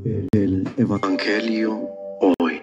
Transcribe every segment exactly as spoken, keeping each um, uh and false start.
El Evangelio hoy.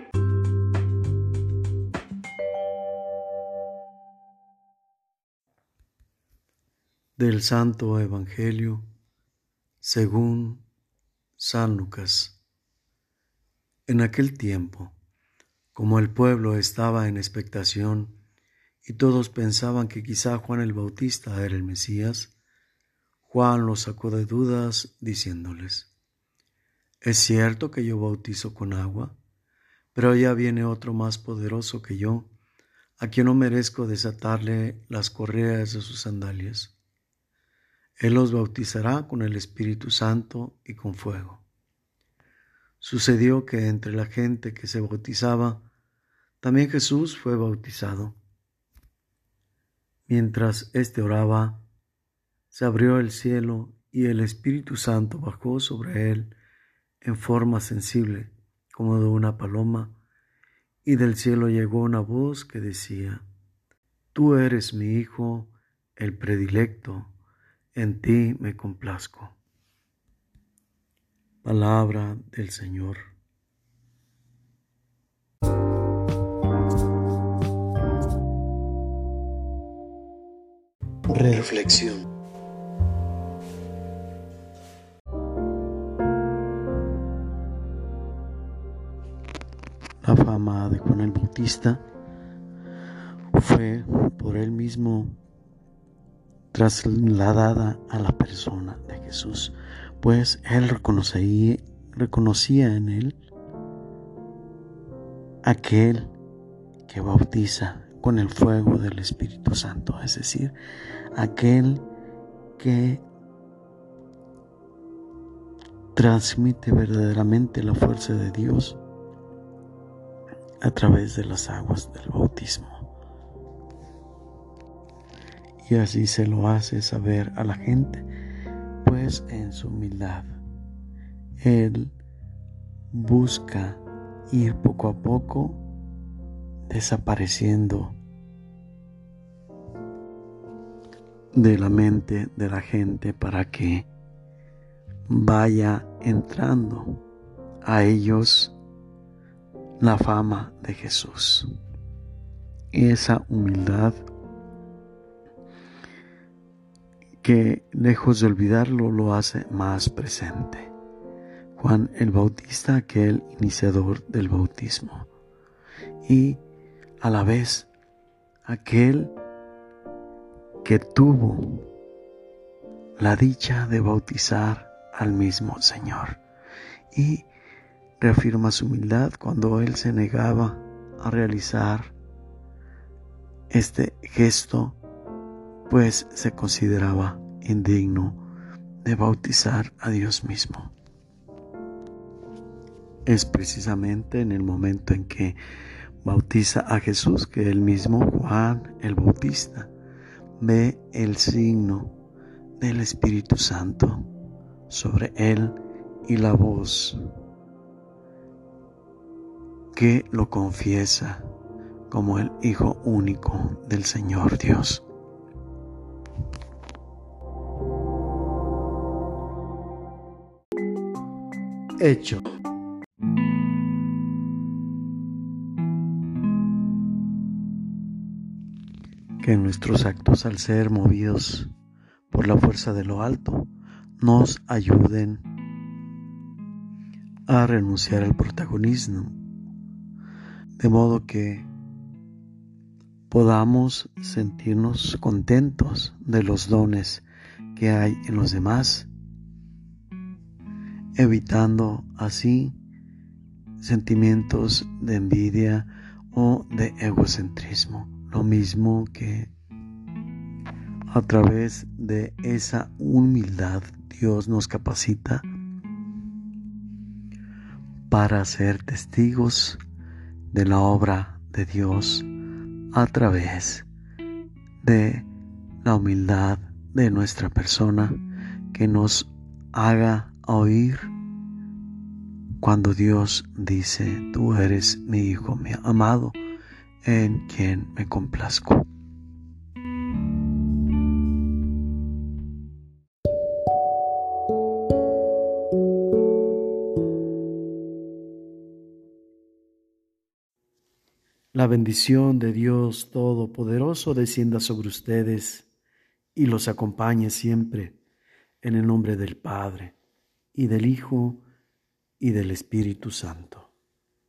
Del Santo Evangelio según San Lucas. En aquel tiempo, como el pueblo estaba en expectación y todos pensaban que quizá Juan el Bautista era el Mesías, Juan los sacó de dudas diciéndoles: «Es cierto que yo bautizo con agua, pero ya viene otro más poderoso que yo, a quien no merezco desatarle las correas de sus sandalias. Él los bautizará con el Espíritu Santo y con fuego». Sucedió que entre la gente que se bautizaba, también Jesús fue bautizado. Mientras éste oraba, se abrió el cielo y el Espíritu Santo bajó sobre él en forma sensible, como de una paloma, y del cielo llegó una voz que decía: «Tú eres mi Hijo, el predilecto, en ti me complazco». Palabra del Señor. Reflexión. La fama de Juan el Bautista fue por él mismo trasladada a la persona de Jesús, pues él reconocía, reconocía en él aquel que bautiza con el fuego del Espíritu Santo, es decir, aquel que transmite verdaderamente la fuerza de Dios a través de las aguas del bautismo. Y así se lo hace saber a la gente, pues en su humildad Él busca ir poco a poco desapareciendo de la mente de la gente para que vaya entrando a ellos la fama de Jesús. Esa humildad que, lejos de olvidarlo, lo hace más presente. Juan el Bautista, aquel iniciador del bautismo, y a la vez aquel que tuvo la dicha de bautizar al mismo Señor, y reafirma su humildad cuando él se negaba a realizar este gesto, pues se consideraba indigno de bautizar a Dios mismo. Es precisamente en el momento en que bautiza a Jesús que él mismo, Juan el Bautista, ve el signo del Espíritu Santo sobre él y la voz que lo confiesa como el Hijo único del Señor Dios. Hecho. Que nuestros actos, al ser movidos por la fuerza de lo alto, nos ayuden a renunciar al protagonismo, de modo que podamos sentirnos contentos de los dones que hay en los demás, evitando así sentimientos de envidia o de egocentrismo. Lo mismo que a través de esa humildad Dios nos capacita para ser testigos de la obra de Dios a través de la humildad de nuestra persona, que nos haga oír cuando Dios dice: «Tú eres mi Hijo, mi amado, en quien me complazco». La bendición de Dios Todopoderoso descienda sobre ustedes y los acompañe siempre, en el nombre del Padre, y del Hijo, y del Espíritu Santo.